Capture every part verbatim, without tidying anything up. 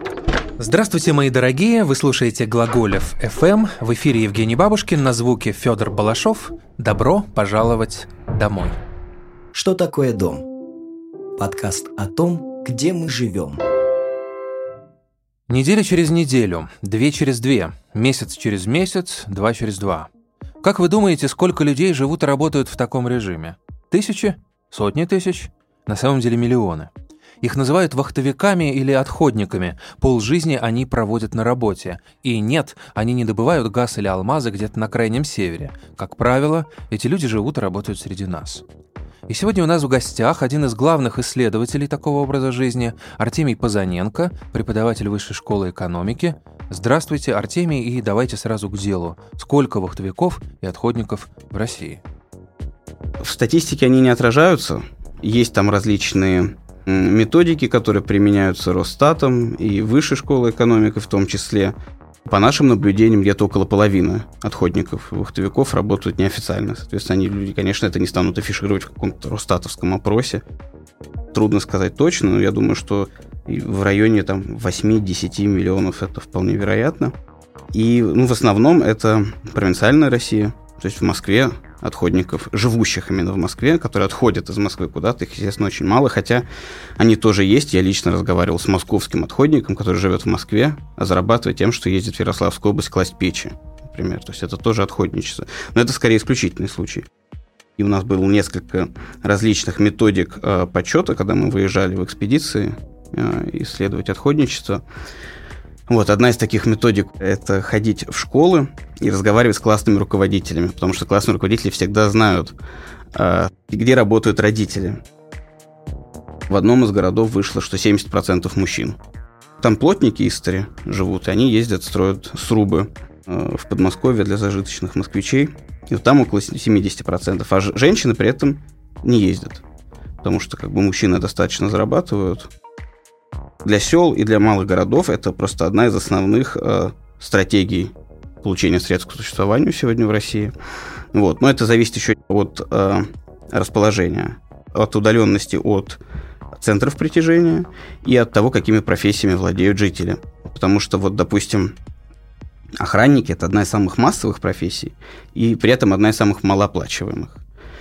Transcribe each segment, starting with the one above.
Здравствуйте, мои дорогие! Вы слушаете Глаголев эф эм. В эфире Евгений Бабушкин, на звуке Федор Балашов. Добро пожаловать домой. Что такое дом? Подкаст о том, где мы живем. Неделя через неделю, две через две, месяц через месяц, два через два. Как вы думаете, сколько людей живут и работают в таком режиме? Тысячи? Сотни тысяч? На самом деле миллионы. Их называют вахтовиками или отходниками. Полжизни они проводят на работе. И нет, они не добывают газ или алмазы где-то на крайнем севере. Как правило, эти люди живут и работают среди нас. И сегодня у нас в гостях один из главных исследователей такого образа жизни, Артемий Пазаненко, преподаватель Высшей школы экономики. Здравствуйте, Артемий, и давайте сразу к делу. Сколько вахтовиков и отходников в России? В статистике они не отражаются. Есть там различные методики, которые применяются Росстатом и Высшей школой экономики в том числе. По нашим наблюдениям, где-то около половины отходников и вахтовиков работают неофициально. Соответственно, они, люди, конечно, это не станут афишировать в каком-то росстатовском опросе. Трудно сказать точно, но я думаю, что в районе там, восемь-десять миллионов это вполне вероятно. И ну, в основном это провинциальная Россия. То есть в Москве отходников, живущих именно в Москве, которые отходят из Москвы куда-то, их, естественно, очень мало, хотя они тоже есть. Я лично разговаривал с московским отходником, который живет в Москве, а зарабатывает тем, что ездит в Ярославскую область класть печи, например. То есть это тоже отходничество. Но это скорее исключительный случай. И у нас было несколько различных методик э, подсчета, когда мы выезжали в экспедиции э, исследовать отходничество. Вот, одна из таких методик – это ходить в школы и разговаривать с классными руководителями, потому что классные руководители всегда знают, где работают родители. В одном из городов вышло, что семьдесят процентов мужчин. Там плотники истори живут, и они ездят, строят срубы в Подмосковье для зажиточных москвичей. И вот там около семьдесят процентов, а женщины при этом не ездят, потому что как бы мужчины достаточно зарабатывают. Для сел и для малых городов это просто одна из основных э, стратегий получения средств к существованию сегодня в России. Вот. Но это зависит еще от э, расположения, от удаленности от центров притяжения и от того, какими профессиями владеют жители. Потому что, вот, допустим, охранники – это одна из самых массовых профессий и при этом одна из самых малооплачиваемых.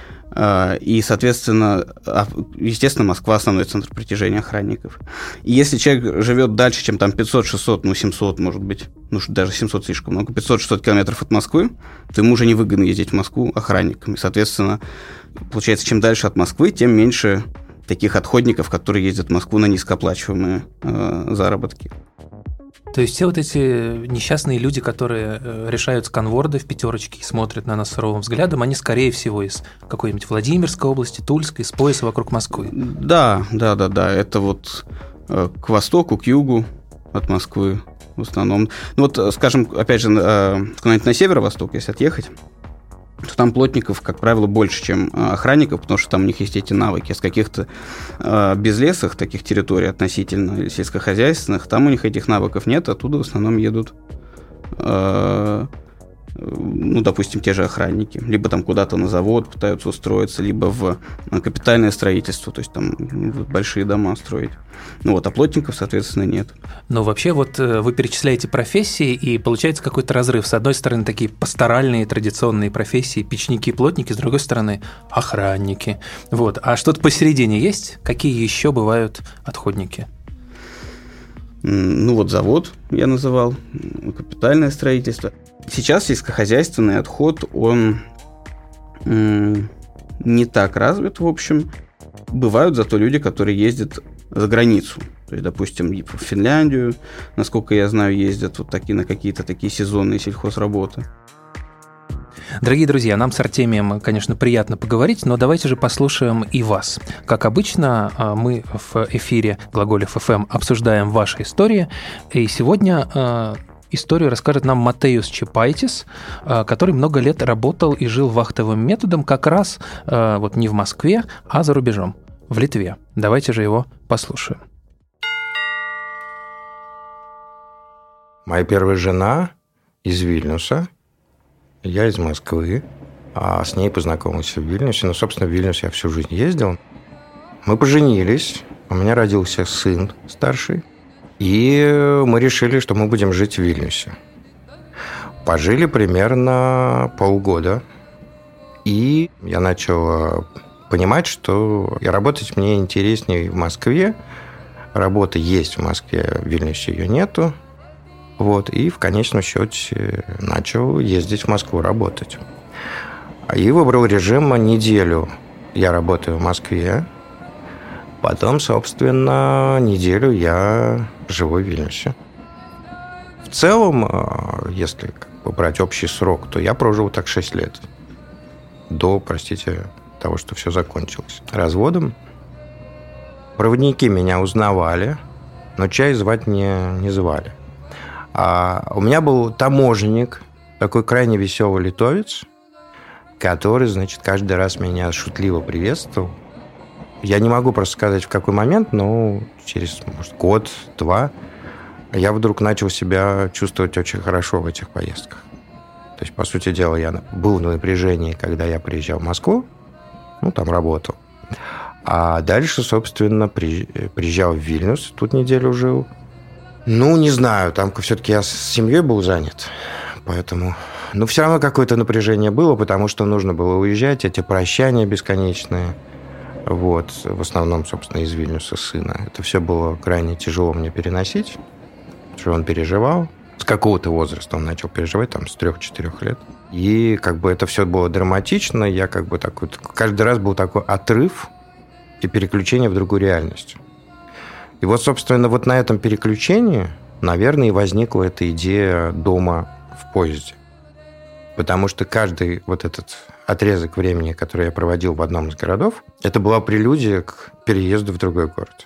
И, соответственно, естественно, Москва – основной центр притяжения охранников. И если человек живет дальше, чем там пятьсот-шестьсот, ну, семьсот, может быть, ну, даже семьсот слишком много, пятьсот-шестьсот километров от Москвы, то ему уже невыгодно ездить в Москву охранником. И, соответственно, получается, чем дальше от Москвы, тем меньше таких отходников, которые ездят в Москву на низкооплачиваемые э, заработки. То есть все вот эти несчастные люди, которые решают сканворды в пятерочке и смотрят на нас суровым взглядом, они, скорее всего, из какой-нибудь Владимирской области, Тульской, из пояса вокруг Москвы. Да, да, да, да. Это вот к востоку, к югу от Москвы в основном. Ну вот, скажем, опять же, куда-нибудь на северо-восток, если отъехать, то там плотников, как правило, больше, чем охранников, потому что там у них есть эти навыки. С каких-то э, безлесых таких территорий относительно сельскохозяйственных, там у них этих навыков нет, оттуда в основном едут, э, ну, допустим, те же охранники. Либо там куда-то на завод пытаются устроиться, либо в капитальное строительство, то есть там большие дома строить. Ну вот, а плотников, соответственно, нет. Но вообще вот вы перечисляете профессии, и получается какой-то разрыв. С одной стороны, такие пасторальные традиционные профессии, печники, плотники, с другой стороны, охранники. Вот. А что-то посередине есть? Какие еще бывают отходники? Ну вот завод я называл, капитальное строительство. Сейчас сельскохозяйственный отход, он м- не так развит, в общем. Бывают зато люди, которые ездят за границу. То есть, допустим, в Финляндию, насколько я знаю, ездят вот такие, на какие-то такие сезонные сельхозработы. Дорогие друзья, нам с Артемием, конечно, приятно поговорить, но давайте же послушаем и вас. Как обычно, мы в эфире Глаголев эф эм обсуждаем ваши истории, и сегодня историю расскажет нам Матеюс Чепайтис, который много лет работал и жил вахтовым методом как раз вот не в Москве, а за рубежом, в Литве. Давайте же его послушаем. Моя первая жена из Вильнюса, я из Москвы, а с ней познакомился в Вильнюсе. Ну, собственно, в Вильнюс я всю жизнь ездил. Мы поженились, у меня родился сын старший, И мы решили, что мы будем жить в Вильнюсе. Пожили примерно полгода. И я начал понимать, что работать мне интереснее в Москве. Работа есть в Москве, в Вильнюсе ее нету. Вот, и в конечном счете начал ездить в Москву работать. И выбрал режим неделю. Я работаю в Москве. Потом, собственно, неделю я живу в Вильнюсе. В целом, если как бы брать общий срок, то я прожил так шесть лет. До, простите, того, что все закончилось разводом. Проводники меня узнавали, но чай звать не, не звали. А у меня был таможенник, такой крайне веселый литовец, который, значит, каждый раз меня шутливо приветствовал. Я не могу просто сказать, в какой момент, но через, может, год-два я вдруг начал себя чувствовать очень хорошо в этих поездках. То есть, по сути дела, я был в напряжении, когда я приезжал в Москву, ну, там работал. А дальше, собственно, приезжал в Вильнюс, тут неделю жил. Ну, не знаю, там все-таки я с семьей был занят, поэтому... Но все равно какое-то напряжение было, потому что нужно было уезжать, эти прощания бесконечные. Вот, в основном, собственно, из Вильнюса сына. Это все было крайне тяжело мне переносить, потому что он переживал. С какого-то возраста он начал переживать, там, с трех-четырех лет. И как бы это все было драматично. Я как бы такой... Каждый раз был такой отрыв и переключение в другую реальность. И вот, собственно, вот на этом переключении, наверное, и возникла эта идея дома в поезде. Потому что каждый вот этот отрезок времени, который я проводил в одном из городов, это была прелюдия к переезду в другой город.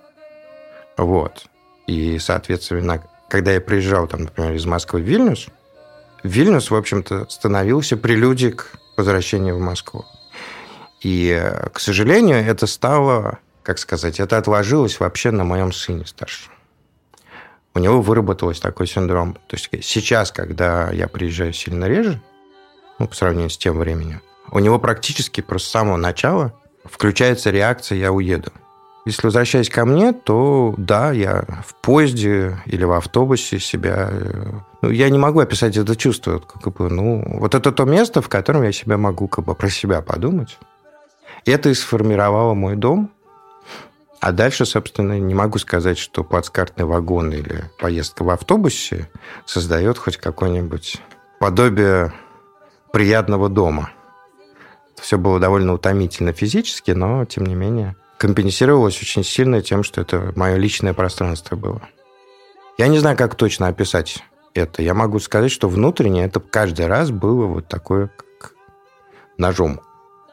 Вот. И, соответственно, когда я приезжал, там, например, из Москвы в Вильнюс, Вильнюс, в общем-то, становился прелюдией к возвращению в Москву. И, к сожалению, это стало... Как сказать, это отложилось вообще на моем сыне старшем. У него выработался такой синдром. То есть сейчас, когда я приезжаю сильно реже, ну, по сравнению с тем временем, у него практически просто с самого начала включается реакция «я уеду». Если возвращаясь ко мне, то да, я в поезде или в автобусе себя... Ну, я не могу описать это чувство. Как бы, ну, вот это то место, в котором я себя могу как бы про себя подумать. И это и сформировало мой дом. А дальше, собственно, не могу сказать, что плацкартный вагон или поездка в автобусе создает хоть какое-нибудь подобие приятного дома. Это все было довольно утомительно физически, но, тем не менее, компенсировалось очень сильно тем, что это мое личное пространство было. Я не знаю, как точно описать это. Я могу сказать, что внутренне это каждый раз было вот такое, как ножом.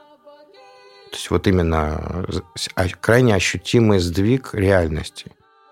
То есть вот именно крайне ощутимый сдвиг реальности.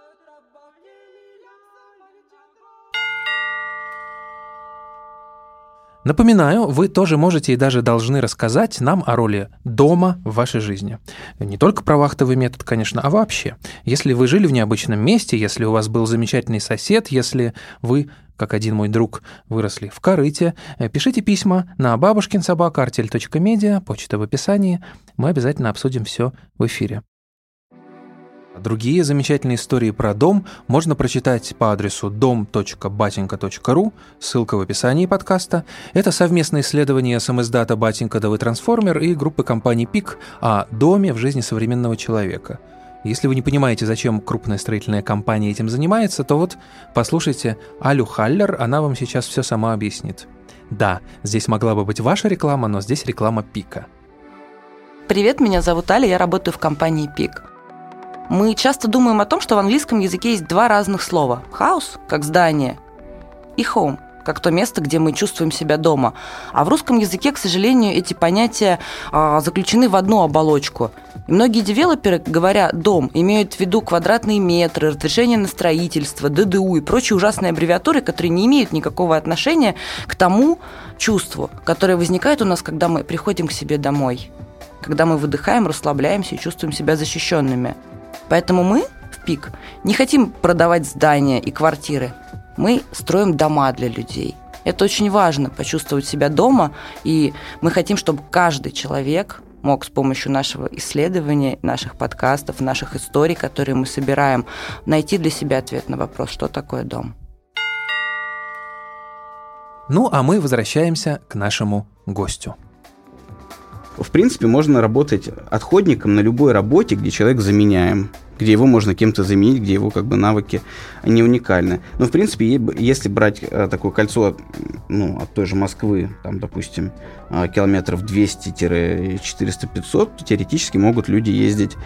Напоминаю, вы тоже можете и даже должны рассказать нам о роли дома в вашей жизни. Не только про вахтовый метод, конечно, а вообще. Если вы жили в необычном месте, если у вас был замечательный сосед, если вы, как один мой друг, выросли в корыте, пишите письма на бабушкин собака артель точка медиа, почта в описании. Мы обязательно обсудим все в эфире. Другие замечательные истории про дом можно прочитать по адресу дом точка батенька точка ру, ссылка в описании подкаста. Это совместное исследование самиздата «Батенька да вы трансформер» и группы компаний «Пик» о доме в жизни современного человека. Если вы не понимаете, зачем крупная строительная компания этим занимается, то вот послушайте Алю Халлер, она вам сейчас все сама объяснит. Да, здесь могла бы быть ваша реклама, но здесь реклама «Пика». Привет, меня зовут Аля, я работаю в компании «Пик». Мы часто думаем о том, что в английском языке есть два разных слова. House, как здание, и home, как то место, где мы чувствуем себя дома. А в русском языке, к сожалению, эти понятия а, заключены в одну оболочку. И многие девелоперы, говоря «дом», имеют в виду квадратные метры, разрешение на строительство, ДДУ и прочие ужасные аббревиатуры, которые не имеют никакого отношения к тому чувству, которое возникает у нас, когда мы приходим к себе домой. Когда мы выдыхаем, расслабляемся и чувствуем себя защищенными. Поэтому мы в ПИК не хотим продавать здания и квартиры. Мы строим дома для людей. Это очень важно, почувствовать себя дома. И мы хотим, чтобы каждый человек мог с помощью нашего исследования, наших подкастов, наших историй, которые мы собираем, найти для себя ответ на вопрос, что такое дом. Ну, а мы возвращаемся к нашему гостю. В принципе, можно работать отходником на любой работе, где человек заменяем, где его можно кем-то заменить, где его как бы навыки не уникальны. Но, в принципе, если брать такое кольцо, ну, от той же Москвы, там, допустим, километров двести-четыреста-пятьсот, то теоретически могут люди ездить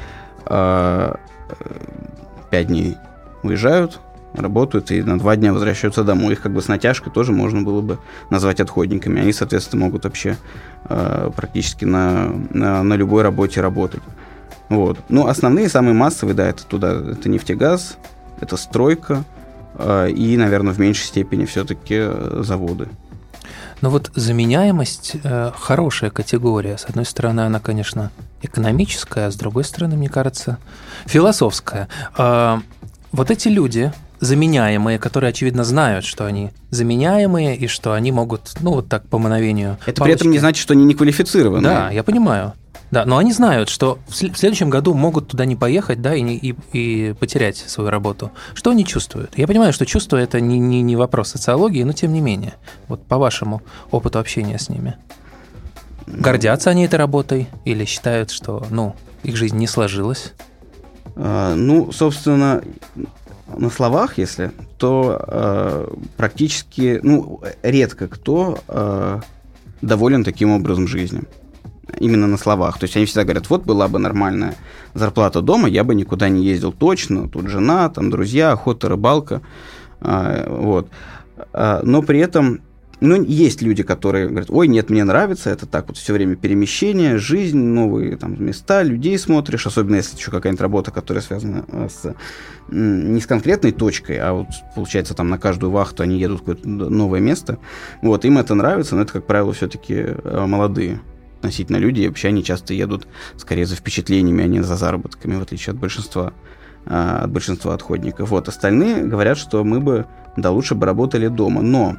пять дней, уезжают, работают и на два дня возвращаются домой. Их как бы с натяжкой тоже можно было бы назвать отходниками. Они, соответственно, могут вообще э, практически на, на, на любой работе работать. Вот. Ну, основные, самые массовые, да, это туда, это нефтегаз, это стройка э, и, наверное, в меньшей степени все-таки заводы. Ну вот заменяемость э, хорошая категория. С одной стороны, она, конечно, экономическая, а с другой стороны, мне кажется, философская. Э, вот эти люди, заменяемые, которые, очевидно, знают, что они заменяемые и что они могут, ну, вот так, по мановению Это палочки. При этом не значит, что они не квалифицированы. Да, я понимаю. Да, но они знают, что в следующем году могут туда не поехать, да, и, не, и, и потерять свою работу. Что они чувствуют? Я понимаю, что чувство – это не, не, не вопрос социологии, но тем не менее, вот по вашему опыту общения с ними. Гордятся они этой работой или считают, что, ну, их жизнь не сложилась? А, ну, собственно, на словах, если, то э, практически, ну, редко кто э, доволен таким образом жизни. Именно на словах. То есть они всегда говорят, вот была бы нормальная зарплата дома, я бы никуда не ездил точно, тут жена, там друзья, охота, рыбалка. Э, вот. Э, но при этом, ну, есть люди, которые говорят, ой, нет, мне нравится, это так вот все время перемещение, жизнь, новые там места, людей смотришь, особенно если еще какая-нибудь работа, которая связана с не с конкретной точкой, а вот, получается, там на каждую вахту они едут в какое-то новое место. Вот, им это нравится, но это, как правило, все-таки молодые относительно люди, и вообще они часто едут скорее за впечатлениями, а не за заработками, в отличие от большинства, от большинства отходников. Вот, остальные говорят, что мы бы, да, лучше бы работали дома, но,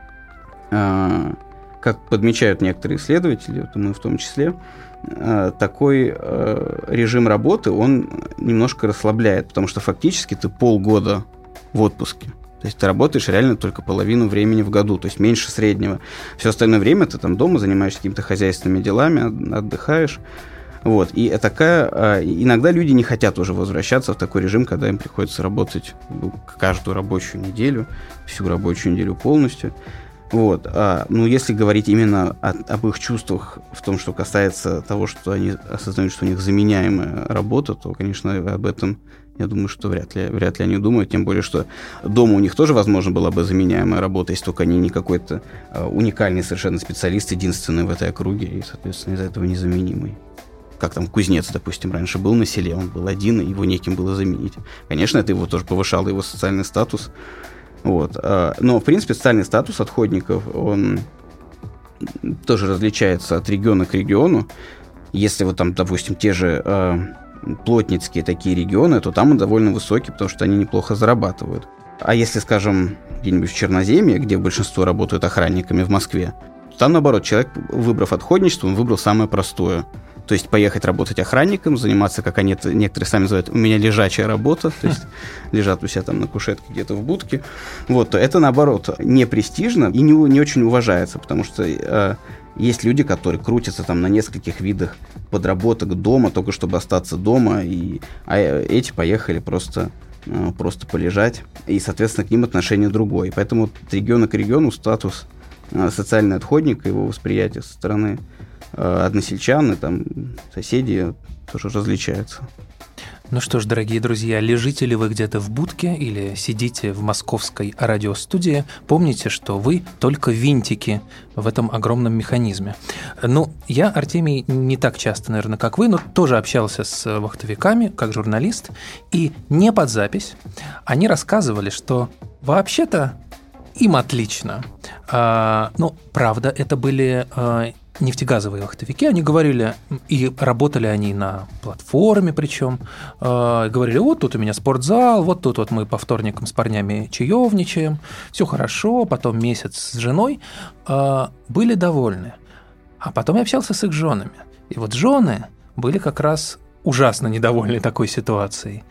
как подмечают некоторые исследователи, вот мы в том числе, такой э, режим работы, он немножко расслабляет, потому что фактически ты полгода в отпуске. То есть ты работаешь реально только половину времени в году, то есть меньше среднего. Все остальное время ты там дома занимаешься какими-то хозяйственными делами, отдыхаешь. Вот. И такая, э, иногда люди не хотят уже возвращаться в такой режим, когда им приходится работать каждую рабочую неделю, всю рабочую неделю полностью. Вот. А, ну, если говорить именно о, об их чувствах в том, что касается того, что они осознают, что у них заменяемая работа, то, конечно, об этом, я думаю, что вряд ли, вряд ли они думают, тем более, что дома у них тоже, возможно, была бы заменяемая работа, если только они не какой-то а, уникальный совершенно специалист, единственный в этой округе, и, соответственно, из-за этого незаменимый. Как там кузнец, допустим, раньше был на селе, он был один, и его неким было заменить. Конечно, это его тоже повышало, его социальный статус. Вот. Но, в принципе, социальный статус отходников, он тоже различается от региона к региону. Если вот там, допустим, те же э, плотницкие такие регионы, то там он довольно высокий, потому что они неплохо зарабатывают. А если, скажем, где-нибудь в Черноземье, где большинство работают охранниками в Москве, то там, наоборот, человек, выбрав отходничество, он выбрал самое простое. То есть поехать работать охранником, заниматься, как они некоторые сами называют, у меня лежачая работа, то есть лежат у себя там на кушетке где-то в будке, вот, то это, наоборот, не престижно и не, не очень уважается, потому что э, есть люди, которые крутятся там на нескольких видах подработок дома, только чтобы остаться дома, и, а эти поехали просто, э, просто полежать, и, соответственно, к ним отношение другое. Поэтому от региона к региону статус э, социальный отходник, его восприятие со стороны односельчан и там соседи тоже различаются. Ну что ж, дорогие друзья, лежите ли вы где-то в будке или сидите в московской радиостудии, помните, что вы только винтики в этом огромном механизме. Ну, я, Артемий, не так часто, наверное, как вы, но тоже общался с вахтовиками, как журналист, и не под запись они рассказывали, что вообще-то им отлично. А, ну, правда, это были... нефтегазовые вахтовики, они говорили, и работали они на платформе причем, э, говорили, вот тут у меня спортзал, вот тут вот мы по вторникам с парнями чаевничаем, все хорошо, потом месяц с женой, э, были довольны. А потом я общался с их женами, И вот жены были как раз ужасно недовольны такой ситуацией.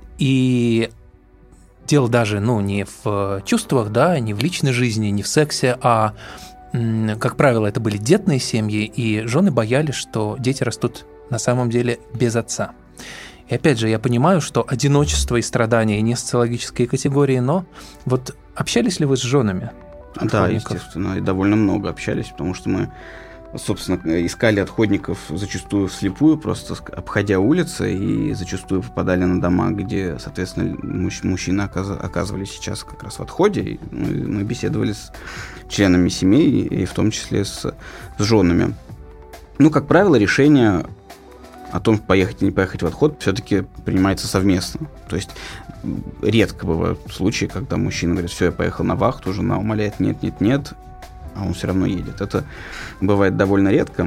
И дело даже, ну, не в чувствах, да, не в личной жизни, не в сексе, а, как правило, это были детные семьи, и жены боялись, что дети растут на самом деле без отца. И опять же, я понимаю, что одиночество и страдания не социологические категории, но вот общались ли вы с женами отходников? Да, естественно, и довольно много общались, потому что мы, собственно, искали отходников зачастую вслепую, просто обходя улицы, и зачастую попадали на дома, где, соответственно, мужчины оказывались сейчас как раз в отходе, и мы беседовали с членами семей, и в том числе с, с женами. Ну, как правило, решение о том, поехать или не поехать в отход, все-таки принимается совместно. То есть редко бывают случаи, когда мужчина говорит: все, я поехал на вахту, жена умоляет: нет, нет, нет, а он все равно едет. Это бывает довольно редко.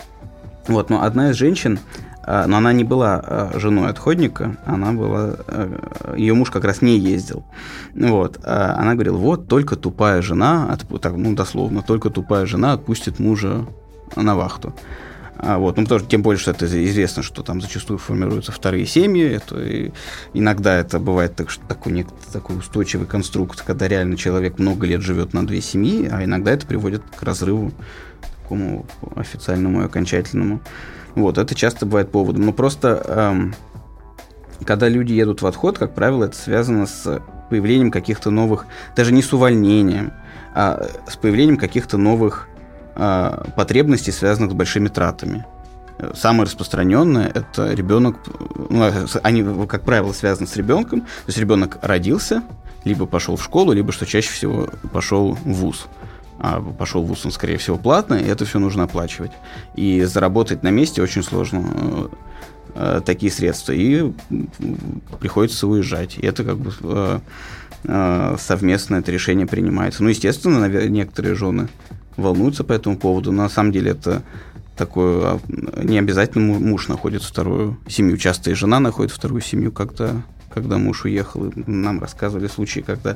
Вот, но одна из женщин, но она не была женой отходника, она была, ее муж как раз не ездил. Вот, она говорила: вот только тупая жена, ну дословно, только тупая жена отпустит мужа на вахту. Вот, ну, потому что, тем более, что это известно, что там зачастую формируются вторые семьи. Это, и иногда это бывает так, что такой, такой устойчивый конструкт, когда реально человек много лет живет на две семьи, а иногда это приводит к разрыву такому официальному и окончательному. Вот, это часто бывает поводом. Но просто, эм, когда люди едут в отход, как правило, это связано с появлением каких-то новых, даже не с увольнением, а с появлением каких-то новых потребностей, связанных с большими тратами. Самое распространенное – это ребенок, ну, они, как правило, связаны с ребенком, то есть ребенок родился, либо пошел в школу, либо, что чаще всего, пошел в вуз. А пошел в вуз он, скорее всего, платно, и это все нужно оплачивать. И заработать на месте очень сложно такие средства, и приходится уезжать. И это как бы совместно это решение принимается. Ну, естественно, некоторые жены волнуются по этому поводу, но на самом деле это такое, не обязательно муж находит вторую семью, часто и жена находит вторую семью, когда, когда муж уехал. И нам рассказывали случаи, когда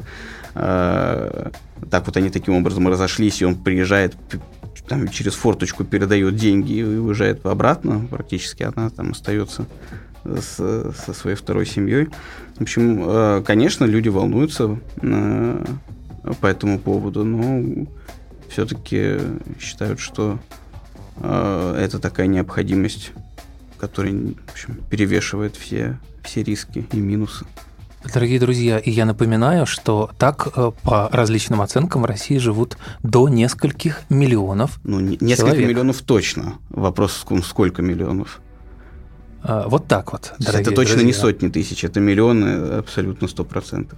э, так вот они таким образом разошлись, и он приезжает, там, через форточку передает деньги и уезжает обратно, практически она там остается с, со своей второй семьей. В общем, э, конечно, люди волнуются э, по этому поводу, но все-таки считают, что э, это такая необходимость, которая, в общем, перевешивает все, все риски и минусы. Дорогие друзья, и я напоминаю, что так по различным оценкам в России живут до нескольких миллионов Ну, несколько человек. Миллионов точно. Вопрос, сколько миллионов? А, вот так вот, дорогие Это точно друзья. Не сотни тысяч, это миллионы абсолютно сто процентов.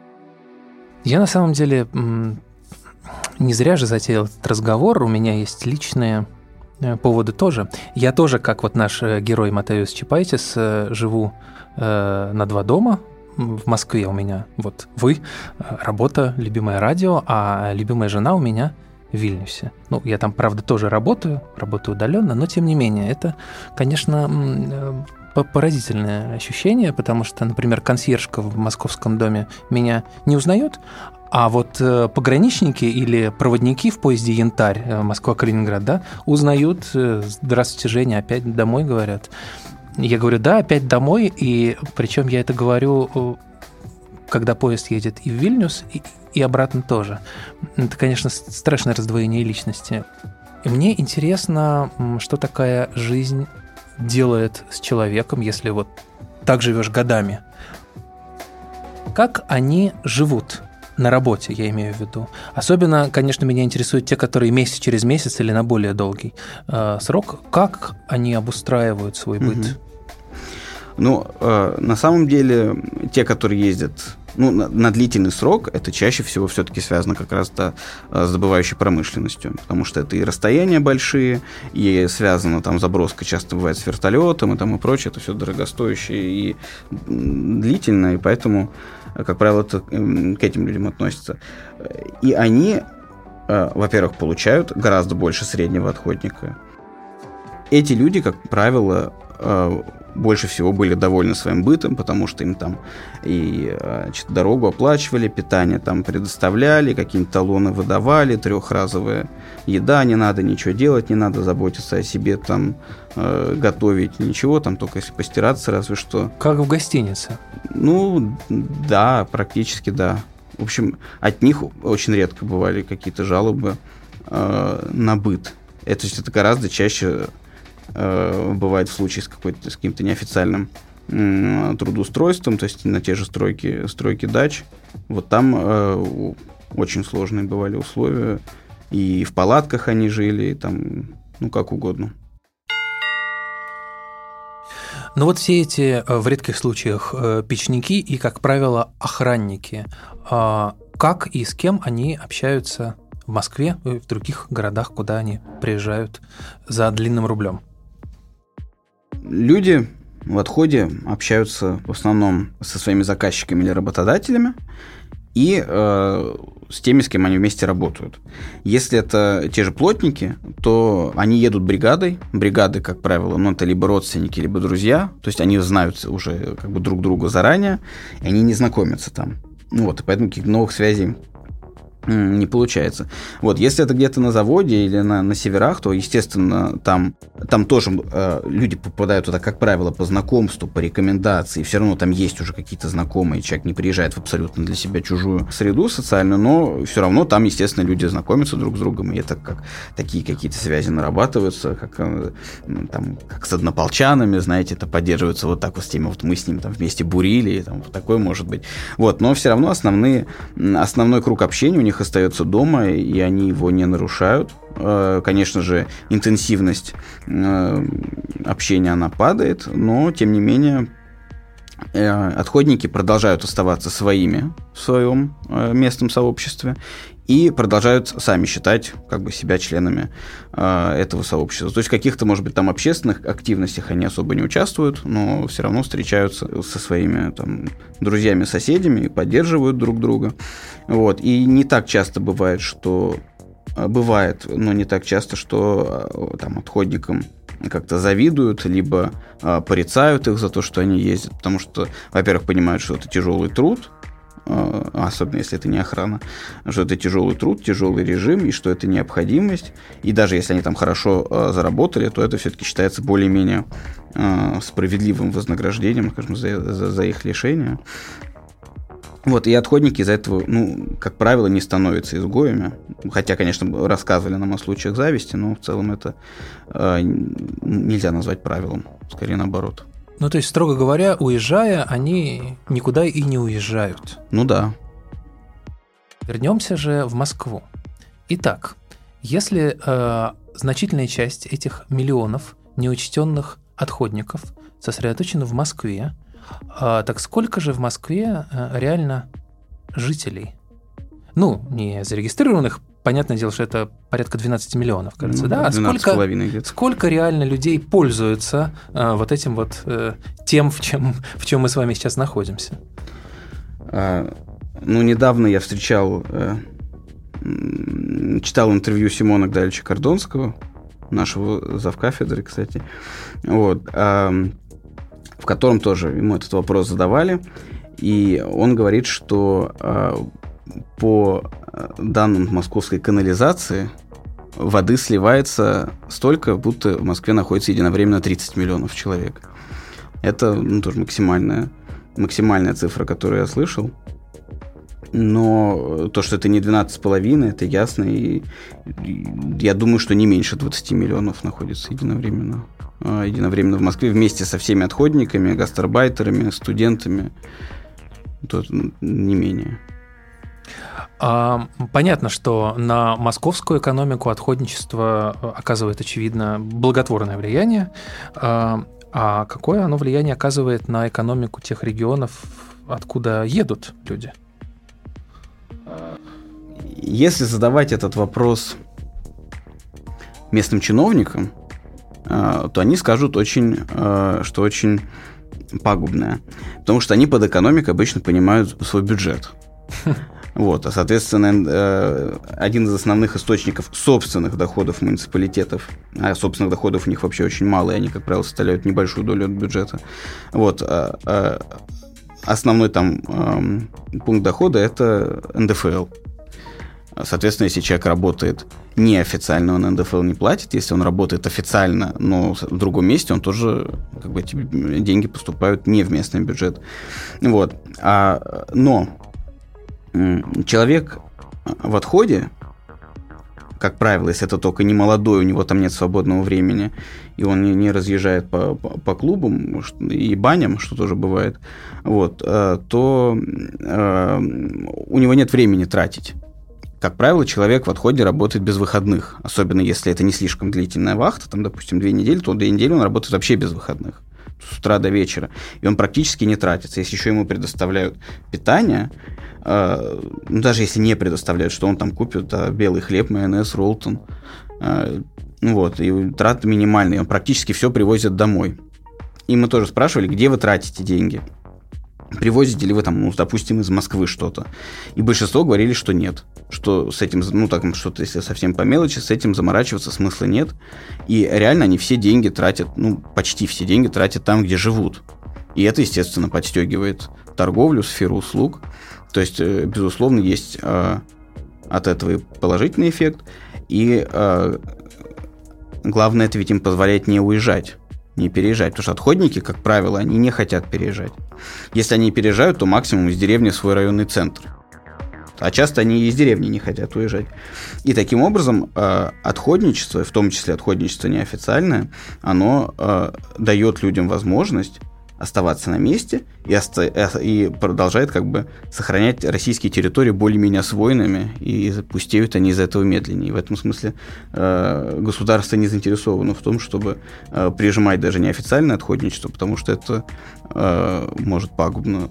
Я на самом деле... Не зря же затеял этот разговор, у меня есть личные поводы тоже. Я тоже, как вот наш герой Матеус Чапайтис, живу на два дома. В Москве у меня вот вы, работа, любимое радио, а любимая жена у меня в Вильнюсе. Ну, я там, правда, тоже работаю, работаю удаленно, но тем не менее, это, конечно, поразительное ощущение, потому что, например, консьержка в московском доме меня не узнает, а вот э, пограничники или проводники в поезде «Янтарь» э, Москва-Калининград, да, узнают: «Здравствуйте, Женя, опять домой», говорят. Я говорю: да, опять домой, и причем я это говорю, э, когда поезд едет и в Вильнюс, и, и обратно тоже. Это, конечно, страшное раздвоение личности. И мне интересно, что такая жизнь делает с человеком, если вот так живешь годами. Как они живут на работе, я имею в виду. Особенно, конечно, меня интересуют те, которые месяц через месяц или на более долгий э, срок. Как они обустраивают свой быт? Угу. Ну, э, на самом деле, те, которые ездят ну, на, на длительный срок, это чаще всего все-таки связано как раз-то с добывающей промышленностью, потому что это и расстояния большие, и связано там заброска часто бывает с вертолетом и там и прочее, это все дорогостоящее и длительное, и поэтому, как правило, это к этим людям относится. И они, во-первых, получают гораздо больше среднего отходника. Эти люди, как правило, больше всего были довольны своим бытом, потому что им там и значит, дорогу оплачивали, питание там предоставляли, какие-нибудь талоны выдавали, трехразовая еда, не надо ничего делать, не надо заботиться о себе, там, э, готовить, ничего, там только если постираться, разве что. Как в гостинице? Ну, да, практически да. В общем, от них очень редко бывали какие-то жалобы э, на быт. Это, то есть, это гораздо чаще э, бывает в случае с, какой-то, с каким-то неофициальным э, трудоустройством, то есть на те же стройки, стройки дач. Вот там э, очень сложные бывали условия. И в палатках они жили, и там, ну, как угодно. Но вот все эти в редких случаях печники и, как правило, охранники, как и с кем они общаются в Москве и в других городах, куда они приезжают за длинным рублем? Люди в отходе общаются в основном со своими заказчиками или работодателями и э, с теми, с кем они вместе работают. Если это те же плотники, то они едут бригадой. Бригады, как правило, ну, это либо родственники, либо друзья. То есть они знают уже как бы друг друга заранее, и они не знакомятся там. Вот, и поэтому каких-то новых связей не получается. Вот, если это где-то на заводе или на, на северах, то, естественно, там, там тоже э, люди попадают туда, как правило, по знакомству, по рекомендации. Все равно там есть уже какие-то знакомые. Человек не приезжает в абсолютно для себя чужую среду социальную, но все равно там, естественно, люди знакомятся друг с другом, и это как такие какие-то связи нарабатываются, как, э, там, как с однополчанами, знаете, это поддерживается вот так вот с теми, вот мы с ним там вместе бурили, там, вот такое может быть. Вот, но все равно основные, основной круг общения у них остается дома, и они его не нарушают. Конечно же, интенсивность общения, она падает, но, тем не менее, отходники продолжают оставаться своими в своем местном сообществе и продолжают сами считать как бы себя членами этого сообщества. То есть в каких-то, может быть, там общественных активностях они особо не участвуют, но все равно встречаются со своими там друзьями, соседями и поддерживают друг друга. Вот. И не так часто бывает, что бывает, но не так часто, что там отходникам как-то завидуют, либо а, порицают их за то, что они ездят, потому что, во-первых, понимают, что это тяжелый труд, а, особенно если это не охрана, что это тяжелый труд, тяжелый режим, и что это необходимость, и даже если они там хорошо а, заработали, то это все-таки считается более-менее а, справедливым вознаграждением, скажем, за, за, за их лишение. Вот, и отходники из-за этого, ну, как правило, не становятся изгоями. Хотя, конечно, рассказывали нам о случаях зависти, но в целом это э, нельзя назвать правилом, скорее наоборот. Ну, то есть, строго говоря, уезжая, они никуда и не уезжают. Ну да. Вернемся же в Москву. Итак, если э, значительная часть этих миллионов неучтенных отходников сосредоточена в Москве, А, так сколько же в Москве а, реально жителей? Ну, не зарегистрированных, понятное дело, что это порядка двенадцать миллионов, кажется, ну, да? А сколько, сколько реально людей пользуются а, вот этим вот а, тем, в чем, в чем мы с вами сейчас находимся? А, ну, недавно я встречал, э, читал интервью Симона Гдальевича Кордонского, нашего завкафедры, кстати, вот, а, в котором тоже ему этот вопрос задавали, и он говорит, что э, по данным московской канализации воды сливается столько, будто в Москве находится единовременно тридцать миллионов человек. Это, ну, тоже максимальная, максимальная цифра, которую я слышал. Но то, что это не двенадцать с половиной, это ясно, и я думаю, что не меньше двадцать миллионов находится единовременно. единовременно в Москве вместе со всеми отходниками, гастарбайтерами, студентами, то не менее. А, понятно, что на московскую экономику отходничество оказывает, очевидно, благотворное влияние. А, а какое оно влияние оказывает на экономику тех регионов, откуда едут люди? Если задавать этот вопрос местным чиновникам, то они скажут, очень, что очень пагубное. Потому что они под экономикой обычно понимают свой бюджет. Вот, а, соответственно, один из основных источников собственных доходов муниципалитетов, а собственных доходов у них вообще очень мало, и они, как правило, составляют небольшую долю от бюджета. Вот, основной там пункт дохода – это эн дэ эф эл. Соответственно, если человек работает неофициально, он эн дэ эф эл не платит. Если он работает официально, но в другом месте, он тоже, как бы, эти деньги поступают не в местный бюджет. Вот. А, но человек в отходе, как правило, если это только не молодой, у него там нет свободного времени, и он не, не разъезжает по, по, по клубам и баням, что тоже бывает, вот, то э, у него нет времени тратить. Как правило, человек в отходе работает без выходных, особенно если это не слишком длительная вахта, там, допустим, две недели, то две недели он работает вообще без выходных, с утра до вечера, и он практически не тратится. Если еще ему предоставляют питание, э, ну, даже если не предоставляют, что он там купит да, белый хлеб, майонез, роллтон, э, вот, и траты минимальные, он практически все привозит домой. И мы тоже спрашивали, где вы тратите деньги. Привозите ли вы там, ну, допустим, из Москвы что-то? И большинство говорили, что нет. Что с этим, ну, так, что-то, если совсем по мелочи, с этим заморачиваться смысла нет. И реально они все деньги тратят, ну, почти все деньги тратят там, где живут. И это, естественно, подстегивает торговлю, сферу услуг. То есть, безусловно, есть э, от этого и положительный эффект. И э, главное, это ведь им позволяет не уезжать, не переезжать. Потому что отходники, как правило, они не хотят переезжать. Если они переезжают, то максимум из деревни в свой районный центр. А часто они и из деревни не хотят уезжать. И таким образом э, отходничество, в том числе отходничество неофициальное, оно э, дает людям возможность оставаться на месте и, оста- и продолжает как бы сохранять российские территории более-менее освоенными, и пустеют они из-за этого медленнее. И в этом смысле э, государство не заинтересовано в том, чтобы э, прижимать даже неофициальное отходничество, потому что это э, может пагубно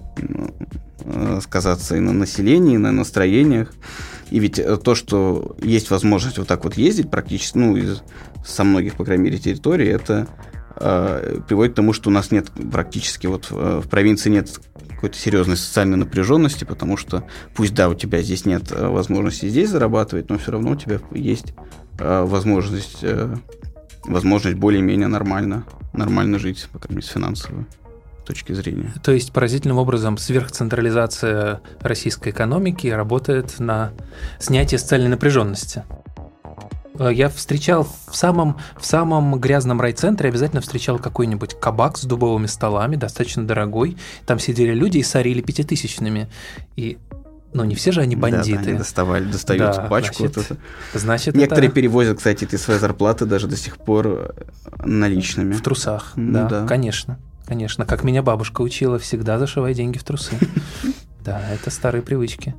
э, сказаться и на населении, и на настроениях. И ведь то, что есть возможность вот так вот ездить практически, ну, из, со многих, по крайней мере, территорий, это приводит к тому, что у нас нет практически, вот в провинции нет какой-то серьезной социальной напряженности, потому что пусть, да, у тебя здесь нет возможности здесь зарабатывать, но все равно у тебя есть возможность, возможность более-менее нормально, нормально жить, по крайней мере, с финансовой точки зрения. То есть поразительным образом сверхцентрализация российской экономики работает на снятие социальной напряженности. Я встречал в самом, в самом грязном райцентре, обязательно встречал какой-нибудь кабак с дубовыми столами, достаточно дорогой. Там сидели люди и сорили пятитысячными. И, ну, не все же они бандиты. Да, они доставали, достают да, пачку. Значит, вот это. Значит, Некоторые это... перевозят, кстати, эти свои зарплаты даже до сих пор наличными. В трусах, ну, да, да, конечно. Конечно, как меня бабушка учила, всегда зашивай деньги в трусы. Да, это старые привычки.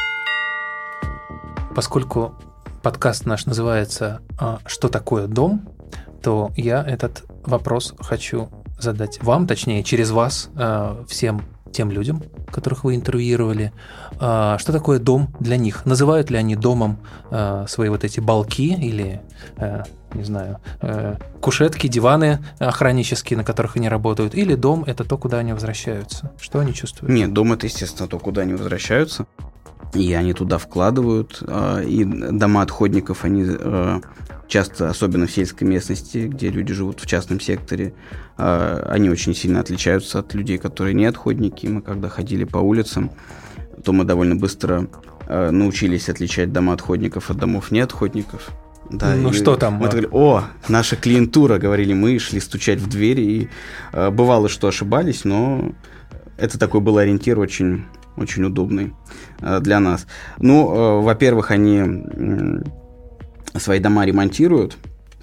Поскольку подкаст наш называется «Что такое дом?», то я этот вопрос хочу задать вам, точнее, через вас, всем тем людям, которых вы интервьюировали. Что такое дом для них? Называют ли они домом свои вот эти балки или, не знаю, кушетки, диваны охраннические, на которых они работают? Или дом – это то, куда они возвращаются? Что они чувствуют? Нет, дом – это, естественно, то, куда они возвращаются. И они туда вкладывают, и дома отходников, они часто, особенно в сельской местности, где люди живут в частном секторе, они очень сильно отличаются от людей, которые не отходники. Мы когда ходили по улицам, то мы довольно быстро научились отличать дома отходников от домов неотходников. Да, ну что там? Мы говорили, о, наша клиентура, говорили мы, шли стучать в двери, и бывало, что ошибались, но это такой был ориентир очень... очень удобный для нас. Ну, во-первых, они свои дома ремонтируют,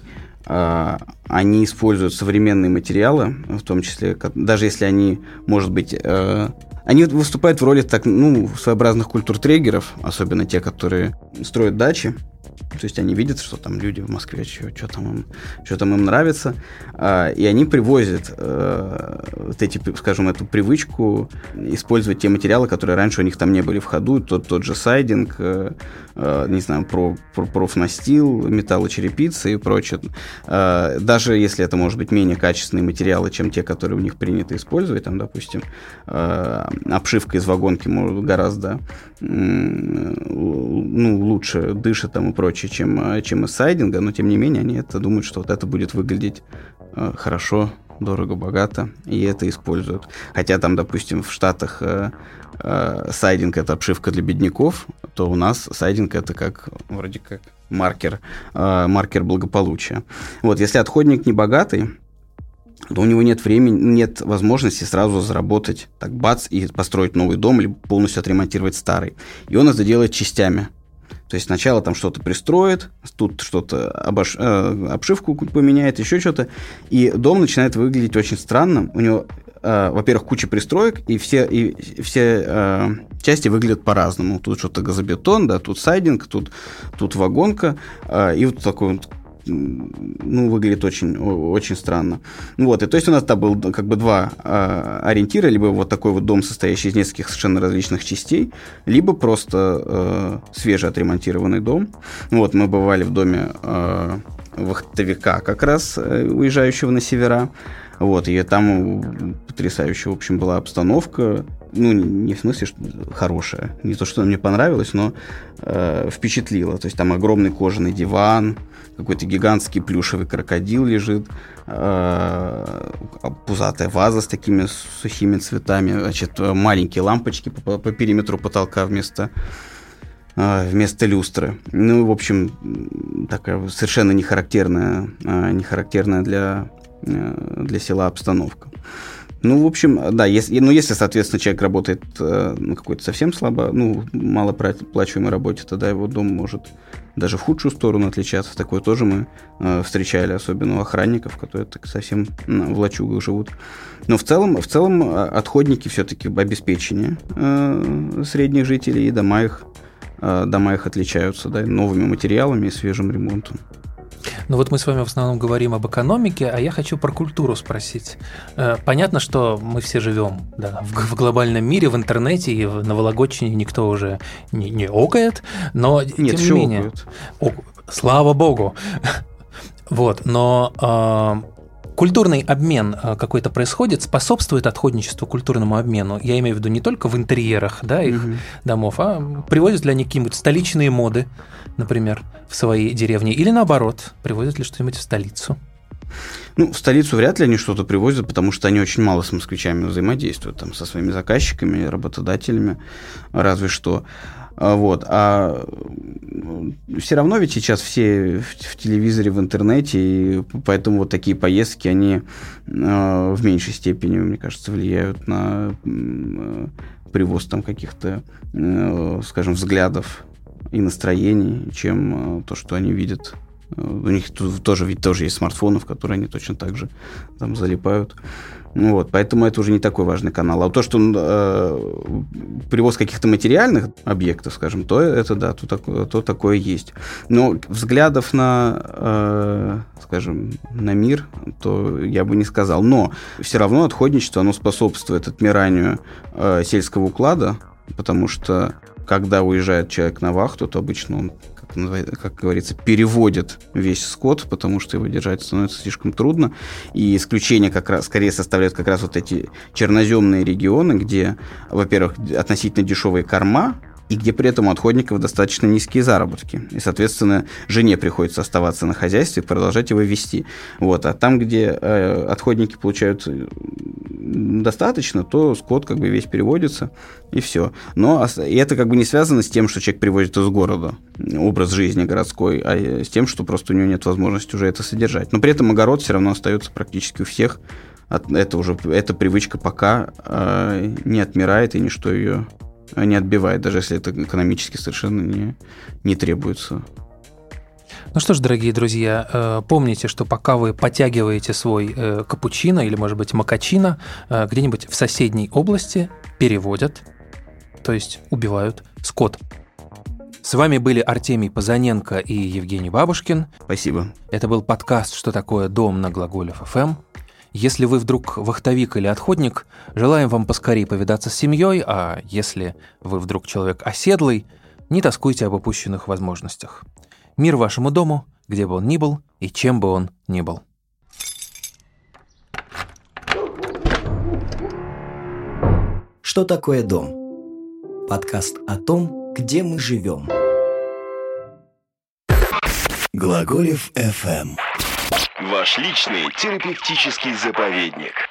они используют современные материалы, в том числе, даже если они, может быть, они выступают в роли так, ну, своеобразных культуртрегеров, особенно те, которые строят дачи. То есть они видят, что там люди в Москве, что, что, там, им, что там им нравится, и они привозят вот эти, скажем, эту привычку использовать те материалы, которые раньше у них там не были в ходу, тот, тот же сайдинг, не знаю, про, про, профнастил, металлочерепица и прочее. Даже если это, может быть, менее качественные материалы, чем те, которые у них принято использовать, там, допустим, обшивка из вагонки может гораздо ну, лучше дышит там и прочее, чем, чем из сайдинга, но тем не менее они это думают, что вот это будет выглядеть э, хорошо, дорого, богато, и это используют. Хотя там, допустим, в Штатах э, э, сайдинг – это обшивка для бедняков, то у нас сайдинг – это как, вроде как маркер, э, маркер благополучия. Вот, если отходник не богатый, то у него нет времени, нет возможности сразу заработать, так бац, и построить новый дом, или полностью отремонтировать старый. И он это делает частями. То есть сначала там что-то пристроит, тут что-то обош... э, обшивку поменяет, еще что-то, и дом начинает выглядеть очень странным. У него, э, во-первых, куча пристроек, и все, и все э, части выглядят по-разному. Тут что-то газобетон, да, тут сайдинг, тут, тут вагонка, э, и вот такой вот, ну, выглядит очень, очень странно. Вот, и то есть у нас там был как бы два э, ориентира, либо вот такой вот дом, состоящий из нескольких совершенно различных частей, либо просто э, свежеотремонтированный дом. Вот, мы бывали в доме э, вахтовика как раз, э, уезжающего на севера. Вот, и там потрясающая, в общем, была обстановка. Ну, не в смысле, что хорошая. Не то, что мне понравилось, но э, впечатлило. То есть там огромный кожаный диван, какой-то гигантский плюшевый крокодил лежит, э, пузатая ваза с такими сухими цветами, значит, маленькие лампочки по, по периметру потолка вместо, э, вместо люстры. Ну, в общем, такая совершенно нехарактерная, э, нехарактерная для, э, для села обстановка. Ну, в общем, да, если, ну, если, соответственно, человек работает э, на какой-то совсем слабо, ну, малооплачиваемой работе, тогда его дом может даже в худшую сторону отличаться. Такое тоже мы э, встречали, особенно у охранников, которые так совсем в лачугах живут. Но в целом, в целом отходники все-таки обеспечение э, средних жителей, и дома их, э, дома их отличаются, да, новыми материалами и свежим ремонтом. Ну вот мы с вами в основном говорим об экономике, а я хочу про культуру спросить. Понятно, что мы все живем, да, в, в глобальном мире, в интернете, и на Вологодчине никто уже не, не окает, но Нет, тем не менее... О, слава богу! Вот, но... Культурный обмен какой-то происходит, способствует отходничеству, культурному обмену. Я имею в виду не только в интерьерах, да, их угу. домов, а привозят ли они какие-нибудь столичные моды, например, в свои деревни, или наоборот, привозят ли что-нибудь в столицу? Ну, в столицу вряд ли они что-то привозят, потому что они очень мало с москвичами взаимодействуют, там, со своими заказчиками, работодателями, разве что. Вот. А все равно ведь сейчас все в, в телевизоре, в интернете, и поэтому вот такие поездки, они э, в меньшей степени, мне кажется, влияют на э, привоз там каких-то, э, скажем, взглядов и настроений, чем э, то, что они видят. У них тоже, ведь тоже есть смартфоны, в которые они точно так же там залипают. Вот, поэтому это уже не такой важный канал. А то, что э, привоз каких-то материальных объектов, скажем, то это да, то такое, то такое есть. Но взглядов на, э, скажем, на мир, то я бы не сказал. Но все равно отходничество, оно способствует отмиранию э, сельского уклада, потому что когда уезжает человек на вахту, то обычно он, как говорится, переводит весь скот, потому что его держать становится слишком трудно. И исключение как раз, скорее составляют как раз вот эти черноземные регионы, где, во-первых, относительно дешевые корма, и где при этом у отходников достаточно низкие заработки. И, соответственно, жене приходится оставаться на хозяйстве и продолжать его вести. Вот. А там, где э, отходники получают достаточно, то скот как бы весь переводится, и все. Но и это как бы не связано с тем, что человек привозит из города образ жизни городской, а с тем, что просто у него нет возможности уже это содержать. Но при этом огород все равно остается практически у всех. Это уже, эта привычка пока э, не отмирает, и ничто ее не отбивает, даже если это экономически совершенно не, не требуется. Ну что ж, дорогие друзья, помните, что пока вы подтягиваете свой капучино или, может быть, макачино, где-нибудь в соседней области переводят, то есть убивают скот. С вами были Артемий Пазаненко и Евгений Бабушкин. Спасибо. Это был подкаст «Что такое дом» на Глаголев эф эм. Если вы вдруг вахтовик или отходник, желаем вам поскорее повидаться с семьей, а если вы вдруг человек оседлый, не тоскуйте об упущенных возможностях. Мир вашему дому, где бы он ни был и чем бы он ни был. Что такое дом? Подкаст о том, где мы живем. Глаголев эф эм. Ваш личный терапевтический заповедник.